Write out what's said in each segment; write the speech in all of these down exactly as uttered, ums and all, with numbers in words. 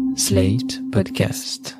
Slate Podcast.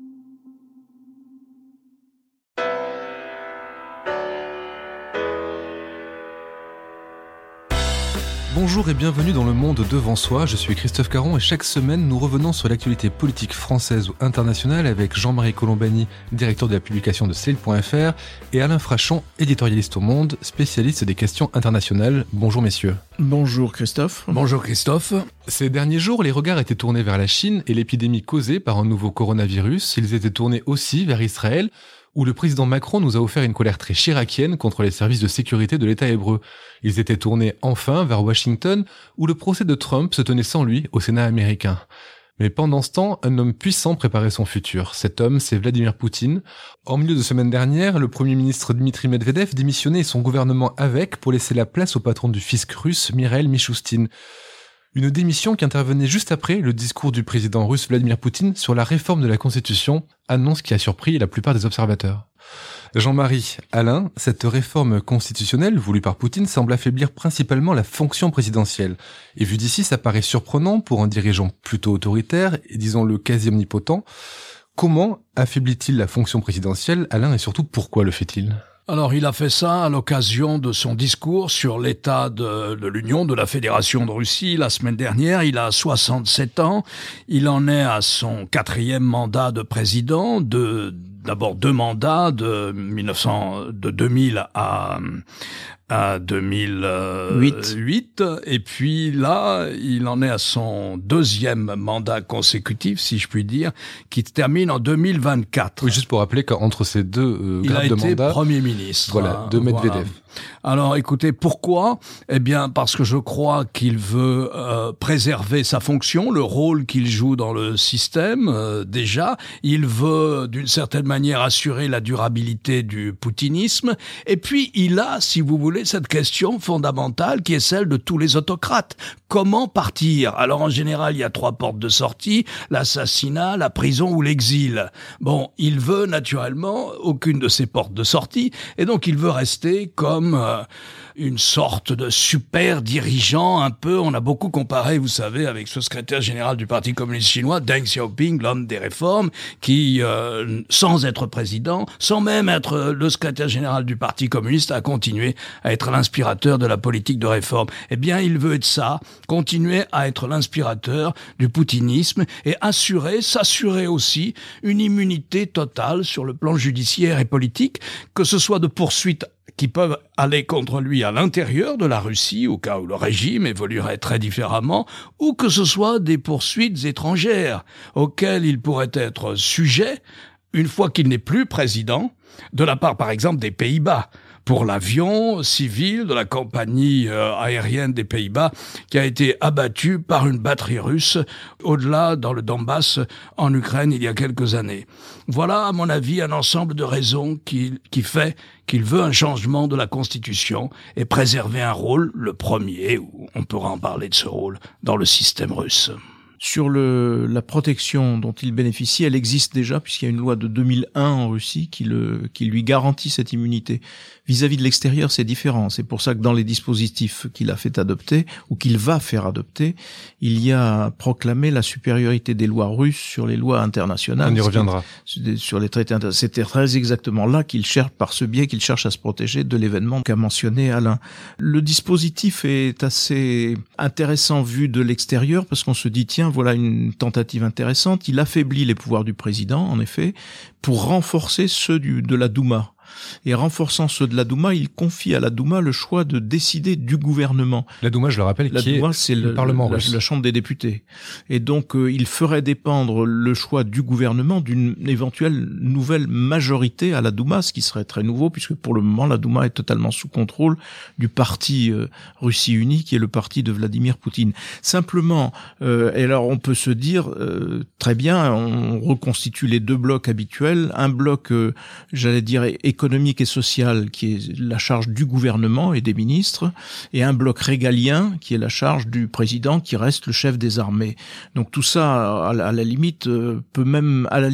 Bonjour et bienvenue dans Le Monde Devant Soi, je suis Christophe Caron et chaque semaine nous revenons sur l'actualité politique française ou internationale avec Jean-Marie Colombani, directeur de la publication de Slate point F R, et Alain Frachon, éditorialiste au Monde, spécialiste des questions internationales. Bonjour messieurs. Bonjour Christophe. Bonjour Christophe. Ces derniers jours, les regards étaient tournés vers la Chine et l'épidémie causée par un nouveau coronavirus. Ils étaient tournés aussi vers Israël, où le président Macron nous a offert une colère très chiraquienne contre les services de sécurité de l'État hébreu. Ils étaient tournés enfin vers Washington, où le procès de Trump se tenait sans lui au Sénat américain. Mais pendant ce temps, un homme puissant préparait son futur. Cet homme, c'est Vladimir Poutine. En milieu de semaine dernière, le premier ministre Dmitri Medvedev démissionnait et son gouvernement avec pour laisser la place au patron du fisc russe, Mikhail Mishustin. Une démission qui intervenait juste après le discours du président russe Vladimir Poutine sur la réforme de la Constitution, annonce qui a surpris la plupart des observateurs. Jean-Marie, Alain, cette réforme constitutionnelle voulue par Poutine semble affaiblir principalement la fonction présidentielle. Et vu d'ici, ça paraît surprenant pour un dirigeant plutôt autoritaire et disons-le quasi omnipotent. Comment affaiblit-il la fonction présidentielle, Alain, et surtout pourquoi le fait-il ? Alors, il a fait ça à l'occasion de son discours sur l'état de, de l'Union, de la Fédération de Russie, la semaine dernière. Il a soixante-sept ans. Il en est à son quatrième mandat de président, de, d'abord deux mandats de mille neuf cents, de deux mille à, à deux mille huit. Et puis là, il en est à son deuxième mandat consécutif, si je puis dire, qui termine en deux mille vingt-quatre. Oui, juste pour rappeler qu'entre ces deux euh, grades de mandat... Il a été Premier ministre. Voilà, de Medvedev. Voilà. Alors, écoutez, pourquoi ? Eh bien, parce que je crois qu'il veut euh, préserver sa fonction, le rôle qu'il joue dans le système, euh, déjà. Il veut, d'une certaine manière, assurer la durabilité du poutinisme. Et puis, il a, si vous voulez, cette question fondamentale qui est celle de tous les autocrates. Comment partir ? Alors, en général, il y a trois portes de sortie, l'assassinat, la prison ou l'exil. Bon, il veut, naturellement, aucune de ces portes de sortie. Et donc, il veut rester comme euh, une sorte de super dirigeant, un peu, on a beaucoup comparé, vous savez, avec ce secrétaire général du Parti communiste chinois, Deng Xiaoping, l'homme des réformes, qui, euh, sans être président, sans même être le secrétaire général du Parti communiste, a continué à être l'inspirateur de la politique de réforme. Eh bien, il veut être ça, continuer à être l'inspirateur du poutinisme et assurer, s'assurer aussi une immunité totale sur le plan judiciaire et politique, que ce soit de poursuites qui peuvent aller contre lui à l'intérieur de la Russie, au cas où le régime évoluerait très différemment, ou que ce soit des poursuites étrangères auxquelles il pourrait être sujet, une fois qu'il n'est plus président, de la part par exemple des Pays-Bas, pour l'avion civil de la compagnie euh, aérienne des Pays-Bas qui a été abattu par une batterie russe au-delà dans le Donbass en Ukraine il y a quelques années. Voilà, à mon avis, un ensemble de raisons qui, qui fait qu'il veut un changement de la Constitution et préserver un rôle, le premier, où on pourra en parler de ce rôle, dans le système russe. Sur le, la protection dont il bénéficie, elle existe déjà puisqu'il y a une loi de deux mille un en Russie qui, le, qui lui garantit cette immunité. Vis-à-vis de l'extérieur, c'est différent. C'est pour ça que dans les dispositifs qu'il a fait adopter, ou qu'il va faire adopter, il y a proclamé la supériorité des lois russes sur les lois internationales. On y reviendra. Sur les traités internationaux. C'était très exactement là qu'il cherche, par ce biais, qu'il cherche à se protéger de l'événement qu'a mentionné Alain. Le dispositif est assez intéressant vu de l'extérieur parce qu'on se dit, tiens, voilà une tentative intéressante. Il affaiblit les pouvoirs du président, en effet, pour renforcer ceux du, de la Douma. Et renforçant ceux de la Douma, il confie à la Douma le choix de décider du gouvernement. La Douma, je le rappelle, la qui Douma, est c'est le, le Parlement la, russe. La Chambre des députés. Et donc, euh, il ferait dépendre le choix du gouvernement d'une éventuelle nouvelle majorité à la Douma, ce qui serait très nouveau, puisque pour le moment, la Douma est totalement sous contrôle du parti euh, Russie Unie, qui est le parti de Vladimir Poutine. Simplement, euh, et alors on peut se dire, euh, très bien, on reconstitue les deux blocs habituels, un bloc, euh, j'allais dire, économique et social, qui est la charge du gouvernement et des ministres, et un bloc régalien, qui est la charge du président, qui reste le chef des armées. Donc tout ça, à la, à la limite, peut même, à la limite,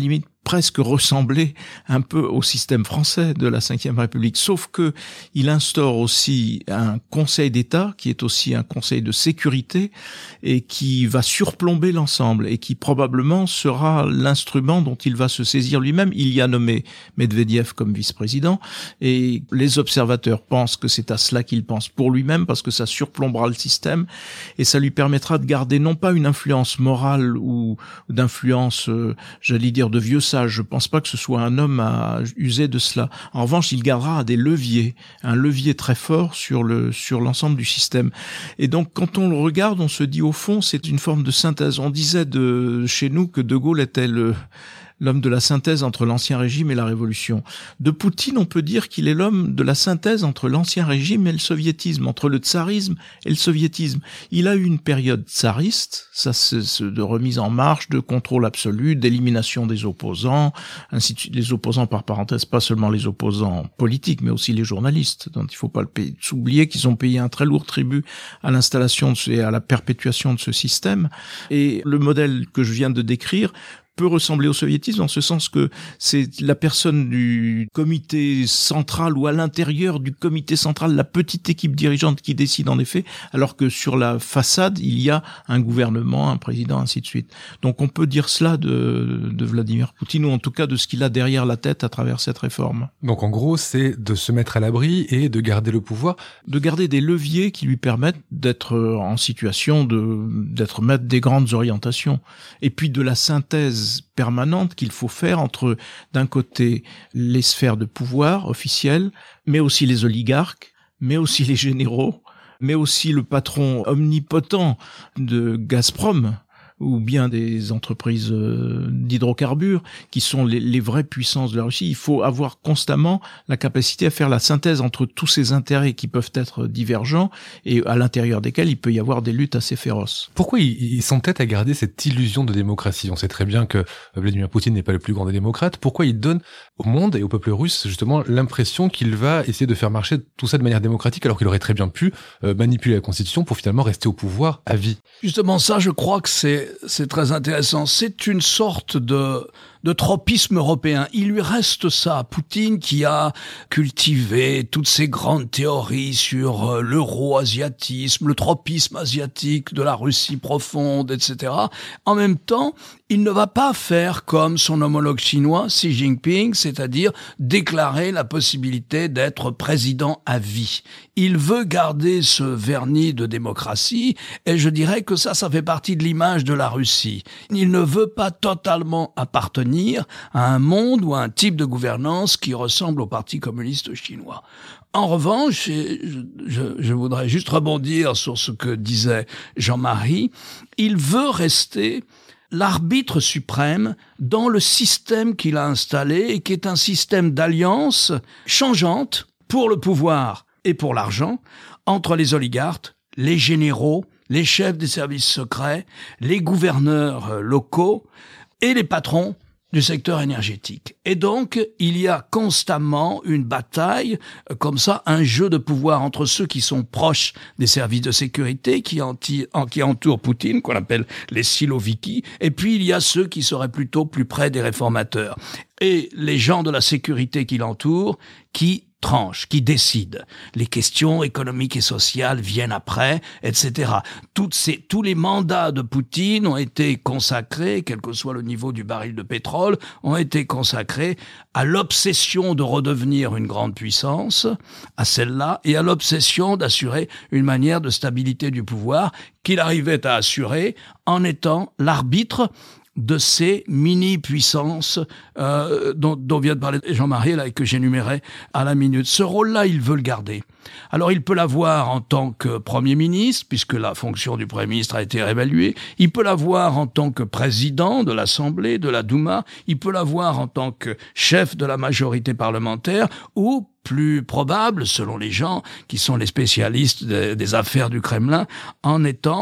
presque ressembler un peu au système français de la Cinquième République, sauf que il instaure aussi un Conseil d'État qui est aussi un Conseil de sécurité et qui va surplomber l'ensemble et qui probablement sera l'instrument dont il va se saisir lui-même. Il y a nommé Medvedev comme vice-président et les observateurs pensent que c'est à cela qu'il pense pour lui-même parce que ça surplombera le système et ça lui permettra de garder non pas une influence morale ou d'influence, euh, j'allais dire, de vieux sage. Je pense pas que ce soit un homme à user de cela. En revanche, il gardera des leviers, un levier très fort sur le sur l'ensemble du système. Et donc, quand on le regarde, on se dit au fond, c'est une forme de synthèse. On disait de chez nous que De Gaulle était le l'homme de la synthèse entre l'ancien régime et la révolution. De Poutine, on peut dire qu'il est l'homme de la synthèse entre l'ancien régime et le soviétisme, entre le tsarisme et le soviétisme. Il a eu une période tsariste, ça c'est de remise en marche, de contrôle absolu, d'élimination des opposants, ainsi de suite. Les opposants par parenthèse, pas seulement les opposants politiques, mais aussi les journalistes, dont il ne faut pas oublier qu'ils ont payé un très lourd tribut à l'installation et à la perpétuation de ce système. Et le modèle que je viens de décrire peut ressembler au soviétisme en ce sens que c'est la personne du comité central ou à l'intérieur du comité central, la petite équipe dirigeante qui décide en effet, alors que sur la façade, il y a un gouvernement, un président, ainsi de suite. Donc on peut dire cela de, de Vladimir Poutine, ou en tout cas de ce qu'il a derrière la tête à travers cette réforme. Donc en gros, c'est de se mettre à l'abri et de garder le pouvoir. De garder des leviers qui lui permettent d'être en situation de d'être maître des grandes orientations. Et puis de la synthèse permanente qu'il faut faire entre, d'un côté, les sphères de pouvoir officielles, mais aussi les oligarques, mais aussi les généraux, mais aussi le patron omnipotent de Gazprom, ou bien des entreprises d'hydrocarbures, qui sont les, les vraies puissances de la Russie. Il faut avoir constamment la capacité à faire la synthèse entre tous ces intérêts qui peuvent être divergents et à l'intérieur desquels il peut y avoir des luttes assez féroces. Pourquoi ils s'entêtent à garder cette illusion de démocratie ? On sait très bien que Vladimir Poutine n'est pas le plus grand des démocrates. Pourquoi il donne au monde et au peuple russe justement l'impression qu'il va essayer de faire marcher tout ça de manière démocratique alors qu'il aurait très bien pu euh, manipuler la Constitution pour finalement rester au pouvoir à vie ? Justement, ça, je crois que c'est c'est très intéressant. C'est une sorte de de tropisme européen. Il lui reste ça. Poutine qui a cultivé toutes ces grandes théories sur l'euro-asiatisme, le tropisme asiatique de la Russie profonde, et cetera. En même temps, il ne va pas faire comme son homologue chinois, Xi Jinping, c'est-à-dire déclarer la possibilité d'être président à vie. Il veut garder ce vernis de démocratie et je dirais que ça, ça fait partie de l'image de la Russie. Il ne veut pas totalement appartenir à un monde ou à un type de gouvernance qui ressemble au Parti communiste chinois. En revanche, je, je, je voudrais juste rebondir sur ce que disait Jean-Marie, il veut rester l'arbitre suprême dans le système qu'il a installé et qui est un système d'alliance changeante pour le pouvoir et pour l'argent entre les oligarques, les généraux, les chefs des services secrets, les gouverneurs locaux et les patrons du secteur énergétique. Et donc, il y a constamment une bataille, comme ça, un jeu de pouvoir entre ceux qui sont proches des services de sécurité, qui, anti, en, qui entourent Poutine, qu'on appelle les siloviki, et puis il y a ceux qui seraient plutôt plus près des réformateurs. Et les gens de la sécurité qui l'entourent, qui tranche, qui décide. Les questions économiques et sociales viennent après, et cetera. Toutes ces, tous les mandats de Poutine ont été consacrés, quel que soit le niveau du baril de pétrole, ont été consacrés à l'obsession de redevenir une grande puissance, à celle-là, et à l'obsession d'assurer une manière de stabilité du pouvoir qu'il arrivait à assurer en étant l'arbitre de ces mini-puissances euh, dont, dont vient de parler Jean-Marie là, et que j'énumérais à la minute. Ce rôle-là, il veut le garder. Alors, il peut l'avoir en tant que Premier ministre, puisque la fonction du Premier ministre a été réévaluée. Il peut l'avoir en tant que président de l'Assemblée, de la Douma. Il peut l'avoir en tant que chef de la majorité parlementaire ou, plus probable, selon les gens qui sont les spécialistes des, des affaires du Kremlin, en étant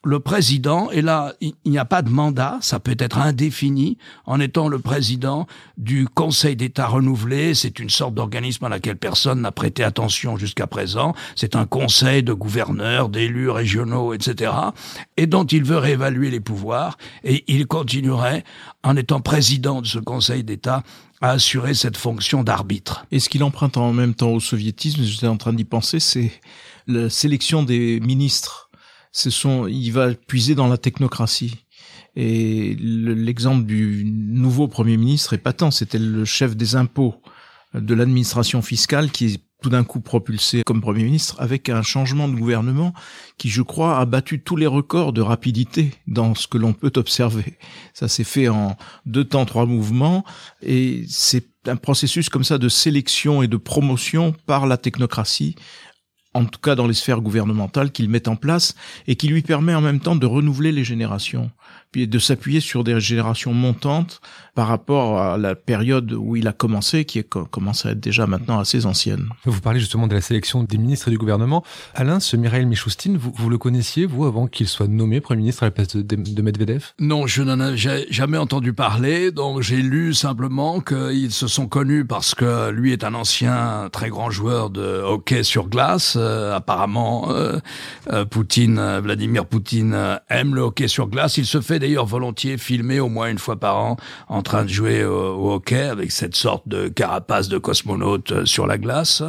le président, et là, il n'y a pas de mandat, ça peut être indéfini, en étant le président du Conseil d'État renouvelé. C'est une sorte d'organisme à laquelle personne n'a prêté attention jusqu'à présent. C'est un conseil de gouverneurs, d'élus régionaux, et cetera, et dont il veut réévaluer les pouvoirs, et il continuerait, en étant président de ce Conseil d'État, à assurer cette fonction d'arbitre. Et ce qu'il emprunte en même temps au soviétisme, j'étais en train d'y penser, c'est la sélection des ministres. Ce sont, il va puiser dans la technocratie. Et le, l'exemple du nouveau Premier ministre est patent. C'était le chef des impôts de l'administration fiscale qui est tout d'un coup propulsé comme Premier ministre avec un changement de gouvernement qui, je crois, a battu tous les records de rapidité dans ce que l'on peut observer. Ça s'est fait en deux temps, trois mouvements, et c'est un processus comme ça de sélection et de promotion par la technocratie, en tout cas dans les sphères gouvernementales, qu'il met en place et qui lui permet en même temps de renouveler les générations, puis de s'appuyer sur des générations montantes par rapport à la période où il a commencé, qui est, commence à être déjà maintenant assez ancienne. Vous parlez justement de la sélection des ministres et du gouvernement. Alain, ce Mikhail Mishustin, vous, vous le connaissiez, vous, avant qu'il soit nommé Premier ministre à la place de, de, de Medvedev? Non, je n'en ai jamais entendu parler, donc j'ai lu simplement qu'ils se sont connus parce que lui est un ancien très grand joueur de hockey sur glace. Euh, apparemment, euh, euh, Poutine, euh, Vladimir Poutine euh, aime le hockey sur glace. Il se fait d'ailleurs volontiers filmer au moins une fois par an en train de jouer au, au hockey avec cette sorte de carapace de cosmonaute euh, sur la glace.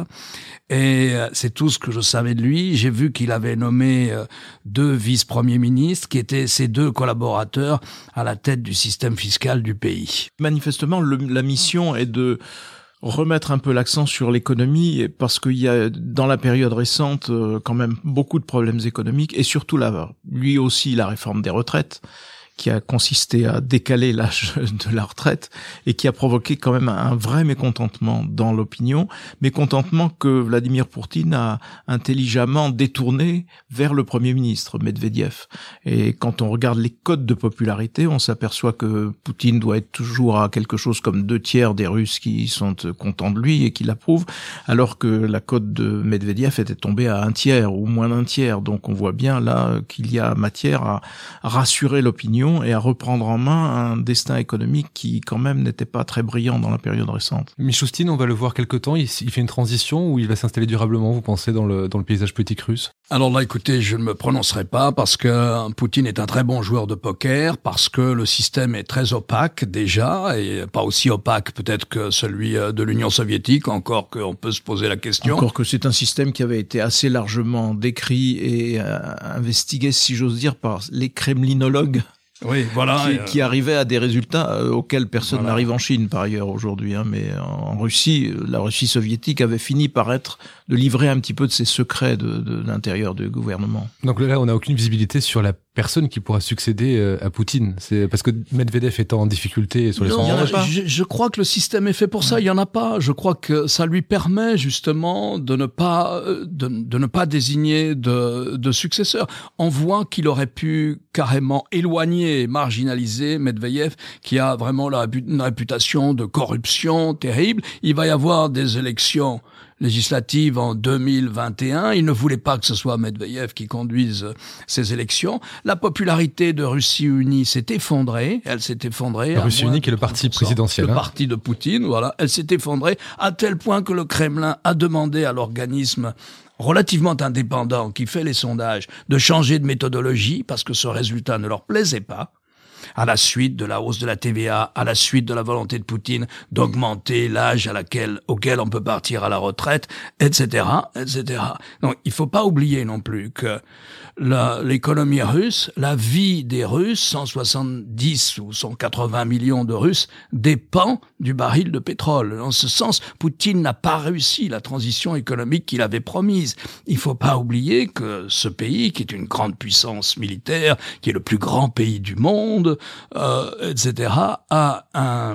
Et euh, c'est tout ce que je savais de lui. J'ai vu qu'il avait nommé euh, deux vice-premiers ministres qui étaient ses deux collaborateurs à la tête du système fiscal du pays. Manifestement, le, la mission est de remettre un peu l'accent sur l'économie, parce qu'il y a dans la période récente euh, quand même beaucoup de problèmes économiques, et surtout là, lui aussi la réforme des retraites, qui a consisté à décaler l'âge de la retraite et qui a provoqué quand même un vrai mécontentement dans l'opinion, mécontentement que Vladimir Poutine a intelligemment détourné vers le Premier ministre, Medvedev. Et quand on regarde les codes de popularité, on s'aperçoit que Poutine doit être toujours à quelque chose comme deux tiers des Russes qui sont contents de lui et qui l'approuvent, alors que la cote de Medvedev était tombée à un tiers ou moins d'un tiers. Donc on voit bien là qu'il y a matière à rassurer l'opinion et à reprendre en main un destin économique qui, quand même, n'était pas très brillant dans la période récente. Mishustin, on va le voir quelque temps, il, il fait une transition ou il va s'installer durablement, vous pensez, dans le, dans le paysage politique russe? Alors là, écoutez, je ne me prononcerai pas parce que Poutine est un très bon joueur de poker, parce que le système est très opaque déjà, et pas aussi opaque peut-être que celui de l'Union soviétique, encore qu'on peut se poser la question. Encore que c'est un système qui avait été assez largement décrit et euh, investigué, si j'ose dire, par les kremlinologues. Oui, voilà. Qui, euh... qui arrivait à des résultats euh, auxquels personne voilà. n'arrive en Chine, par ailleurs, aujourd'hui. Hein, mais en Russie, la Russie soviétique avait fini par être de livrer un petit peu de ses secrets de, de, de l'intérieur du gouvernement. Donc là, on n'a aucune visibilité sur la personne qui pourra succéder à Poutine. C'est parce que Medvedev étant en difficulté sur les non, sondages. Je, je crois que le système est fait pour ça. Il y en a pas. Je crois que ça lui permet justement de ne pas de, de ne pas désigner de, de successeur. On voit qu'il aurait pu carrément éloigner, marginaliser Medvedev, qui a vraiment la, une réputation de corruption terrible. Il va y avoir des élections législatives en deux mille vingt et un. Il ne voulait pas que ce soit Medvedev qui conduise ces élections. La popularité de Russie Unie s'est effondrée. Elle s'est effondrée. La Russie Unie qui est le parti présidentiel. Le hein. parti de Poutine, voilà. Elle s'est effondrée à tel point que le Kremlin a demandé à l'organisme relativement indépendant qui fait les sondages de changer de méthodologie parce que ce résultat ne leur plaisait pas. À la suite de la hausse de la T V A, à la suite de la volonté de Poutine d'augmenter l'âge à laquelle, auquel on peut partir à la retraite, et cetera, et cetera. Donc, il faut pas oublier non plus que la, l'économie russe, la vie des Russes, cent soixante-dix ou cent quatre-vingts millions de Russes, dépend du baril de pétrole. En ce sens, Poutine n'a pas réussi la transition économique qu'il avait promise. Il faut pas oublier que ce pays, qui est une grande puissance militaire, qui est le plus grand pays du monde, euh, et cetera, a un,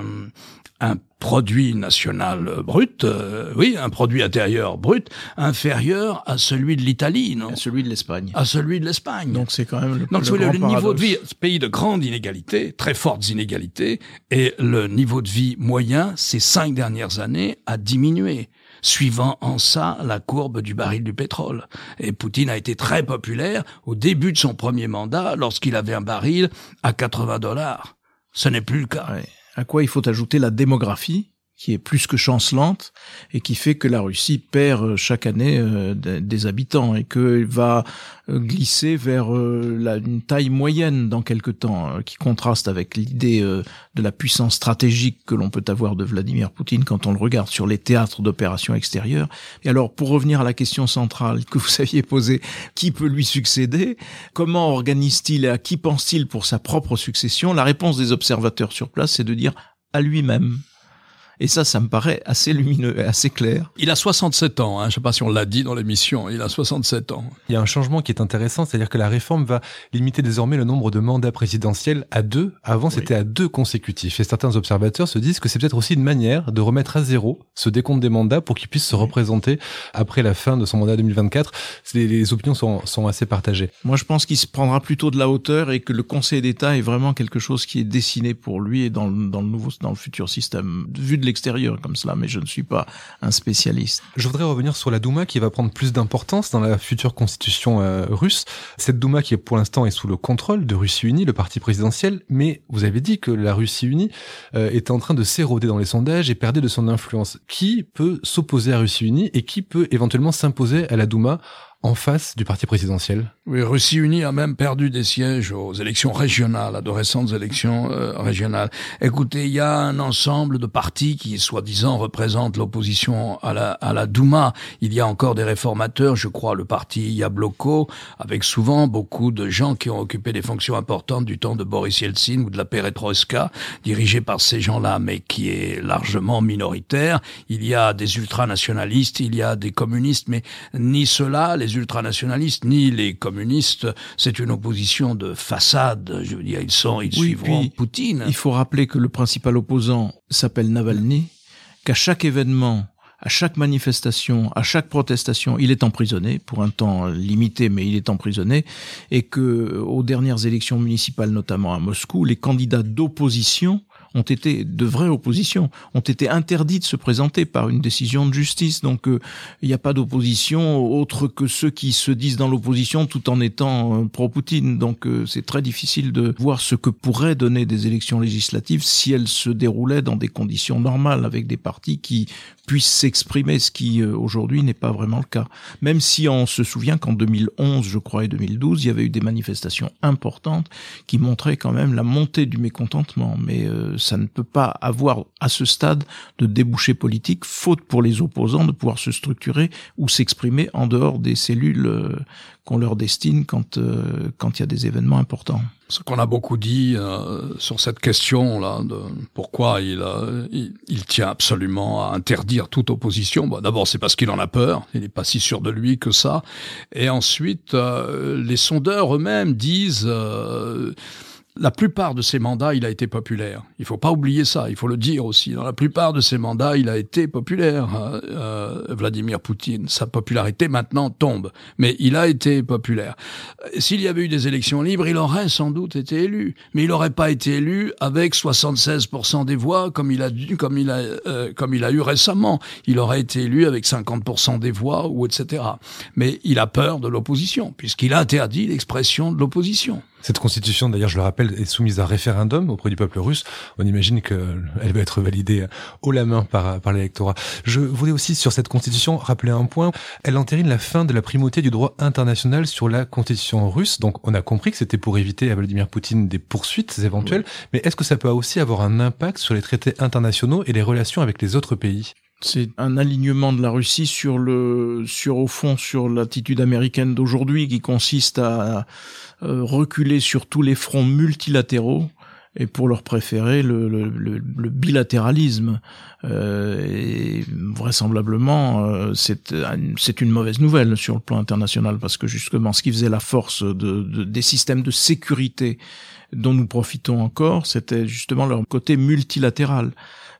un produit national brut, euh, oui, un produit intérieur brut, inférieur à celui de l'Italie, non ? À celui de l'Espagne. À celui de l'Espagne. Donc c'est quand même le, Donc, le, le, grand le niveau de paradoxe. vie, ce pays de grande inégalité, très fortes inégalités, et le niveau de vie moyen, ces cinq dernières années, a diminué. suivant en ça la courbe du baril du pétrole. Et Poutine a été très populaire au début de son premier mandat lorsqu'il avait un baril à quatre-vingts dollars. Ce n'est plus le cas. Ouais. À quoi il faut ajouter la démographie, qui est plus que chancelante et qui fait que la Russie perd chaque année euh, des habitants et qu'elle va glisser vers euh, la, une taille moyenne dans quelque temps, euh, qui contraste avec l'idée euh, de la puissance stratégique que l'on peut avoir de Vladimir Poutine quand on le regarde sur les théâtres d'opérations extérieures. Et alors, pour revenir à la question centrale que vous aviez posée, qui peut lui succéder? Comment organise-t-il et à qui pense-t-il pour sa propre succession? La réponse des observateurs sur place, c'est de dire à lui-même. Et ça, ça me paraît assez lumineux et assez clair. Il a soixante-sept ans, hein, je ne sais pas si on l'a dit dans l'émission, il a soixante-sept ans. Il y a un changement qui est intéressant, c'est-à-dire que la réforme va limiter désormais le nombre de mandats présidentiels à deux. Avant, oui. C'était à deux consécutifs. Et certains observateurs se disent que c'est peut-être aussi une manière de remettre à zéro ce décompte des mandats pour qu'il puisse se représenter après la fin de son mandat deux mille vingt-quatre. Les, les opinions sont, sont assez partagées. Moi, je pense qu'il se prendra plutôt de la hauteur et que le Conseil d'État est vraiment quelque chose qui est dessiné pour lui et dans, dans le nouveau, dans le futur système. Vu de l'extérieur comme cela, mais je ne suis pas un spécialiste. Je voudrais revenir sur la Douma qui va prendre plus d'importance dans la future constitution euh, russe. Cette Douma qui pour l'instant est sous le contrôle de Russie Unie, le parti présidentiel, mais vous avez dit que la Russie Unie euh, était en train de s'éroder dans les sondages et perdait de son influence. Qui peut s'opposer à Russie Unie et qui peut éventuellement s'imposer à la Douma en face du parti présidentiel? Oui, Russie Unie a même perdu des sièges aux élections régionales, à de récentes élections euh, régionales. Écoutez, il y a un ensemble de partis qui, soi-disant, représentent l'opposition à la, à la Douma. Il y a encore des réformateurs, je crois, le parti Yabloko, avec souvent beaucoup de gens qui ont occupé des fonctions importantes du temps de Boris Yeltsin ou de la Perestroïka, dirigé par ces gens-là, mais qui est largement minoritaire. Il y a des ultranationalistes, il y a des communistes, mais ni ceux-là, les ultranationalistes, ni les communistes, c'est une opposition de façade. Je veux dire, ils sont, ils oui, suivront Poutine. Il faut rappeler que le principal opposant s'appelle Navalny, qu'à chaque événement, à chaque manifestation, à chaque protestation, il est emprisonné pour un temps limité, mais il est emprisonné, et que aux dernières élections municipales, notamment à Moscou, les candidats d'opposition ont été, de vraies oppositions, ont été interdits de se présenter par une décision de justice. Donc, euh, il n'y a pas d'opposition autre que ceux qui se disent dans l'opposition tout en étant euh, pro-Poutine. Donc, euh, c'est très difficile de voir ce que pourraient donner des élections législatives si elles se déroulaient dans des conditions normales, avec des partis qui puissent s'exprimer, ce qui, euh, aujourd'hui, n'est pas vraiment le cas. Même si on se souvient qu'en deux mille onze, je crois, et deux mille douze, il y avait eu des manifestations importantes qui montraient quand même la montée du mécontentement. Mais euh, ça ne peut pas avoir à ce stade de débouché politique, faute pour les opposants de pouvoir se structurer ou s'exprimer en dehors des cellules euh, qu'on leur destine quand euh, quand il y a des événements importants. Ce qu'on a beaucoup dit euh, sur cette question-là, de pourquoi il, euh, il, il tient absolument à interdire toute opposition. Bon, d'abord, c'est parce qu'il en a peur. Il n'est pas si sûr de lui que ça. Et ensuite, euh, les sondeurs eux-mêmes disent... Euh, La plupart de ses mandats, il a été populaire. Il faut pas oublier ça, il faut le dire aussi. Dans la plupart de ses mandats, il a été populaire, euh, euh, Vladimir Poutine. Sa popularité maintenant tombe, mais il a été populaire. S'il y avait eu des élections libres, il aurait sans doute été élu, mais il n'aurait pas été élu avec soixante-seize pour cent des voix comme il a dû, comme il a, euh, comme il a eu récemment. Il aurait été élu avec cinquante pour cent des voix ou et cetera. Mais il a peur de l'opposition puisqu'il interdit l'expression de l'opposition. Cette constitution, d'ailleurs, je le rappelle, est soumise à référendum auprès du peuple russe. On imagine qu'elle va être validée haut la main par, par l'électorat. Je voulais aussi, sur cette constitution, rappeler un point. Elle entérine la fin de la primauté du droit international sur la constitution russe. Donc, on a compris que c'était pour éviter à Vladimir Poutine des poursuites éventuelles. Oui. Mais est-ce que ça peut aussi avoir un impact sur les traités internationaux et les relations avec les autres pays ? C'est un alignement de la Russie sur le, sur au fond, sur l'attitude américaine d'aujourd'hui qui consiste à euh, reculer sur tous les fronts multilatéraux et pour leur préférer le, le, le, le bilatéralisme. Euh, et vraisemblablement, euh, c'est, c'est une mauvaise nouvelle sur le plan international parce que justement, ce qui faisait la force de, de, des systèmes de sécurité dont nous profitons encore, c'était justement leur côté multilatéral.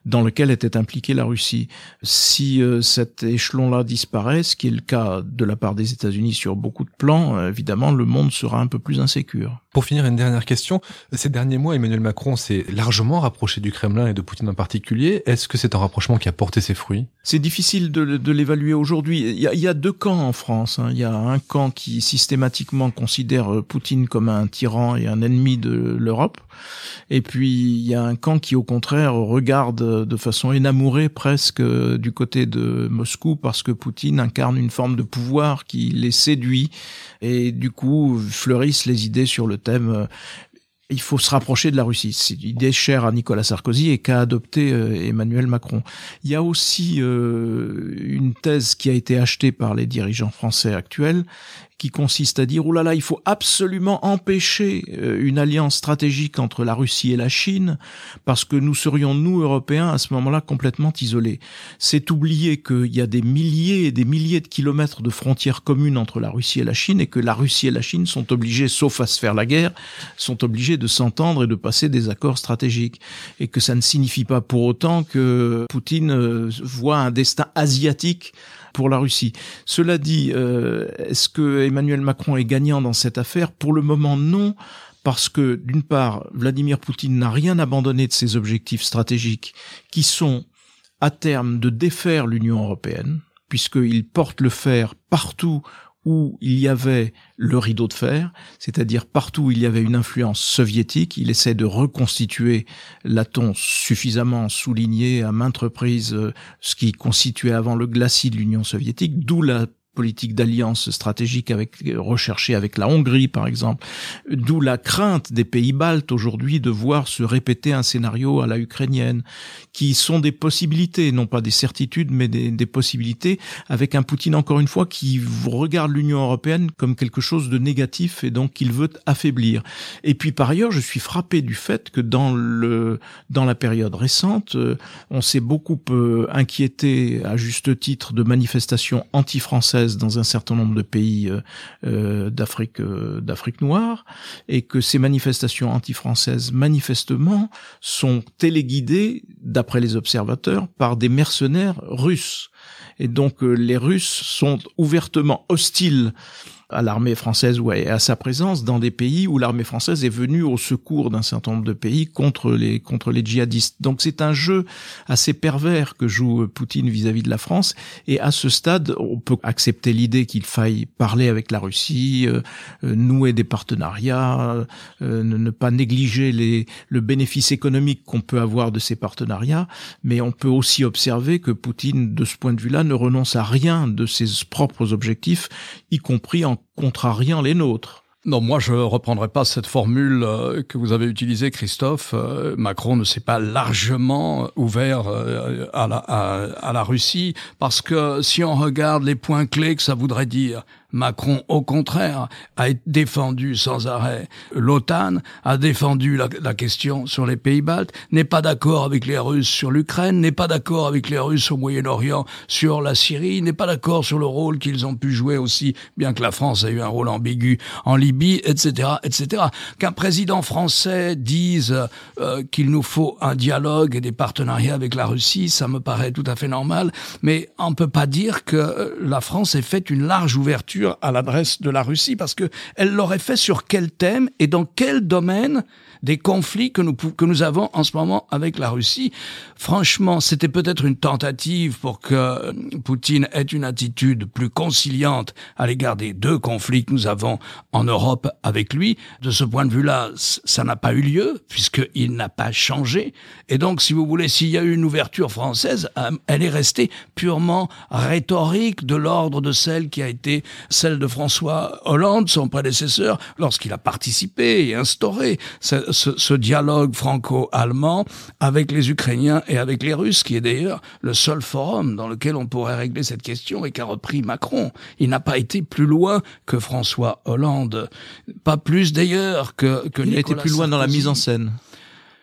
dans lequel était impliquée la Russie. Si euh, cet échelon-là disparaît, ce qui est le cas de la part des États-Unis sur beaucoup de plans, euh, évidemment, le monde sera un peu plus insécure. Pour finir, une dernière question. Ces derniers mois, Emmanuel Macron s'est largement rapproché du Kremlin et de Poutine en particulier. Est-ce que c'est un rapprochement qui a porté ses fruits? C'est difficile de, de l'évaluer aujourd'hui. Il y, a, il y a deux camps en France. Hein. Il y a un camp qui systématiquement considère Poutine comme un tyran et un ennemi de l'Europe. Et puis, il y a un camp qui, au contraire, regarde de façon énamourée presque du côté de Moscou parce que Poutine incarne une forme de pouvoir qui les séduit. Et du coup, fleurissent les idées sur le thème « il faut se rapprocher de la Russie ». C'est une idée chère à Nicolas Sarkozy et qu'a adopté Emmanuel Macron. Il y a aussi euh, une thèse qui a été achetée par les dirigeants français actuels qui consiste à dire « oh là là, il faut absolument empêcher une alliance stratégique entre la Russie et la Chine parce que nous serions, nous, Européens, à ce moment-là, complètement isolés ». C'est oublier qu'il y a des milliers et des milliers de kilomètres de frontières communes entre la Russie et la Chine et que la Russie et la Chine sont obligées, sauf à se faire la guerre, sont obligées de s'entendre et de passer des accords stratégiques. Et que ça ne signifie pas pour autant que Poutine voit un destin asiatique pour la Russie. Cela dit, euh, est-ce que Emmanuel Macron est gagnant dans cette affaire? Pour le moment, non, parce que, d'une part, Vladimir Poutine n'a rien abandonné de ses objectifs stratégiques, qui sont, à terme, de défaire l'Union européenne, puisqu'il porte le fer partout où il y avait le rideau de fer, c'est-à-dire partout où il y avait une influence soviétique. Il essaie de reconstituer, l'a-t-on suffisamment souligné à maintes reprises, ce qui constituait avant le glacis de l'Union soviétique, d'où la politique d'alliance stratégique avec, recherchée avec la Hongrie, par exemple. D'où la crainte des pays baltes aujourd'hui de voir se répéter un scénario à la ukrainienne, qui sont des possibilités, non pas des certitudes, mais des, des possibilités, avec un Poutine, encore une fois, qui regarde l'Union européenne comme quelque chose de négatif et donc qu'il veut affaiblir. Et puis, par ailleurs, je suis frappé du fait que dans le, dans la période récente, on s'est beaucoup euh, inquiété, à juste titre, de manifestations anti-françaises dans un certain nombre de pays euh, d'Afrique euh, d'Afrique noire, et que ces manifestations anti-françaises, manifestement, sont téléguidées, d'après les observateurs, par des mercenaires russes. Et donc euh, les Russes sont ouvertement hostiles à l'armée française ou à sa présence dans des pays où l'armée française est venue au secours d'un certain nombre de pays contre les contre les djihadistes. Donc c'est un jeu assez pervers que joue Poutine vis-à-vis de la France, et à ce stade, on peut accepter l'idée qu'il faille parler avec la Russie, euh, nouer des partenariats, euh, ne, ne pas négliger les le bénéfice économique qu'on peut avoir de ces partenariats, mais on peut aussi observer que Poutine, de ce point de vue-là, ne renonce à rien de ses propres objectifs, y compris en contrariant les nôtres. Non, moi je reprendrai pas cette formule euh, que vous avez utilisée, Christophe. Euh, Macron ne s'est pas largement ouvert euh, à, la, à, à la Russie, parce que si on regarde les points clés que ça voudrait dire, Macron, au contraire, a défendu sans arrêt l'OTAN, a défendu la, la question sur les pays baltes, n'est pas d'accord avec les Russes sur l'Ukraine, n'est pas d'accord avec les Russes au Moyen-Orient sur la Syrie, n'est pas d'accord sur le rôle qu'ils ont pu jouer aussi, bien que la France ait eu un rôle ambigu en Libye, et cetera, et cetera. Qu'un président français dise euh, qu'il nous faut un dialogue et des partenariats avec la Russie, ça me paraît tout à fait normal, mais on peut pas dire que la France ait fait une large ouverture à l'adresse de la Russie, parce que elle l'aurait fait sur quel thème et dans quel domaine des conflits que nous que nous avons en ce moment avec la Russie. Franchement, c'était peut-être une tentative pour que Poutine ait une attitude plus conciliante à l'égard des deux conflits que nous avons en Europe avec lui. De ce point de vue-là, ça n'a pas eu lieu, puisqu'il n'a pas changé. Et donc, si vous voulez, s'il y a eu une ouverture française, elle est restée purement rhétorique, de l'ordre de celle qui a été celle de François Hollande, son prédécesseur, lorsqu'il a participé et instauré ce, ce, ce dialogue franco-allemand avec les Ukrainiens et avec les Russes, qui est d'ailleurs le seul forum dans lequel on pourrait régler cette question et qu'a repris Macron. Il n'a pas été plus loin que François Hollande. Pas plus d'ailleurs que, que Il Nicolas a été plus loin Sarkozy. Dans la mise en scène.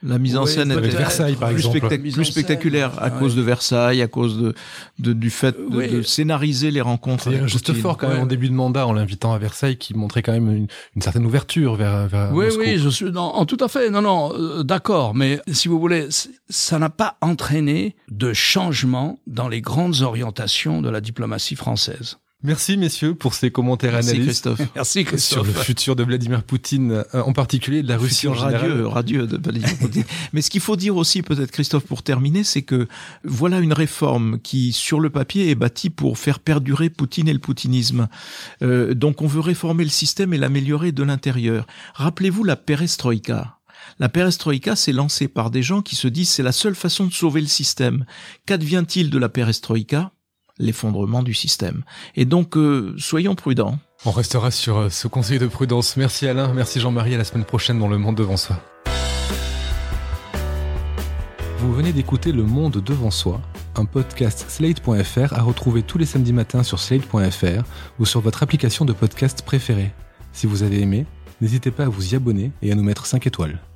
La mise en Oui, scène avec était Versailles, par plus, exemple. spectac- Mise plus en scène, spectaculaire à ouais. cause de Versailles, à cause de, de du fait de, Oui. de scénariser les rencontres. C'est avec un geste Poutine. fort quand même Ouais. en début de mandat en l'invitant à Versailles qui montrait quand même une, une certaine ouverture vers, vers Oui, Moscou. oui, je suis non, en tout à fait. Non, non, euh, d'accord. Mais si vous voulez, c- ça n'a pas entraîné de changement dans les grandes orientations de la diplomatie française. Merci messieurs pour ces commentaires Merci analystes Christophe. Merci sur Christophe. le futur de Vladimir Poutine euh, en particulier et de la Russie en Futur général. radieux, radieux de Vladimir Poutine. Mais ce qu'il faut dire aussi, peut-être Christophe, pour terminer, c'est que voilà une réforme qui, sur le papier, est bâtie pour faire perdurer Poutine et le poutinisme. Euh, donc on veut réformer le système et l'améliorer de l'intérieur. Rappelez-vous la perestroïka. La perestroïka s'est lancée par des gens qui se disent c'est la seule façon de sauver le système. Qu'advient-il de la perestroïka ? L'effondrement du système. Et donc, euh, soyons prudents. On restera sur euh, ce conseil de prudence. Merci Alain, merci Jean-Marie, à la semaine prochaine dans Le Monde Devant Soi. Vous venez d'écouter Le Monde Devant Soi, un podcast slate point f r à retrouver tous les samedis matins sur slate point f r ou sur votre application de podcast préférée. Si vous avez aimé, n'hésitez pas à vous y abonner et à nous mettre cinq étoiles.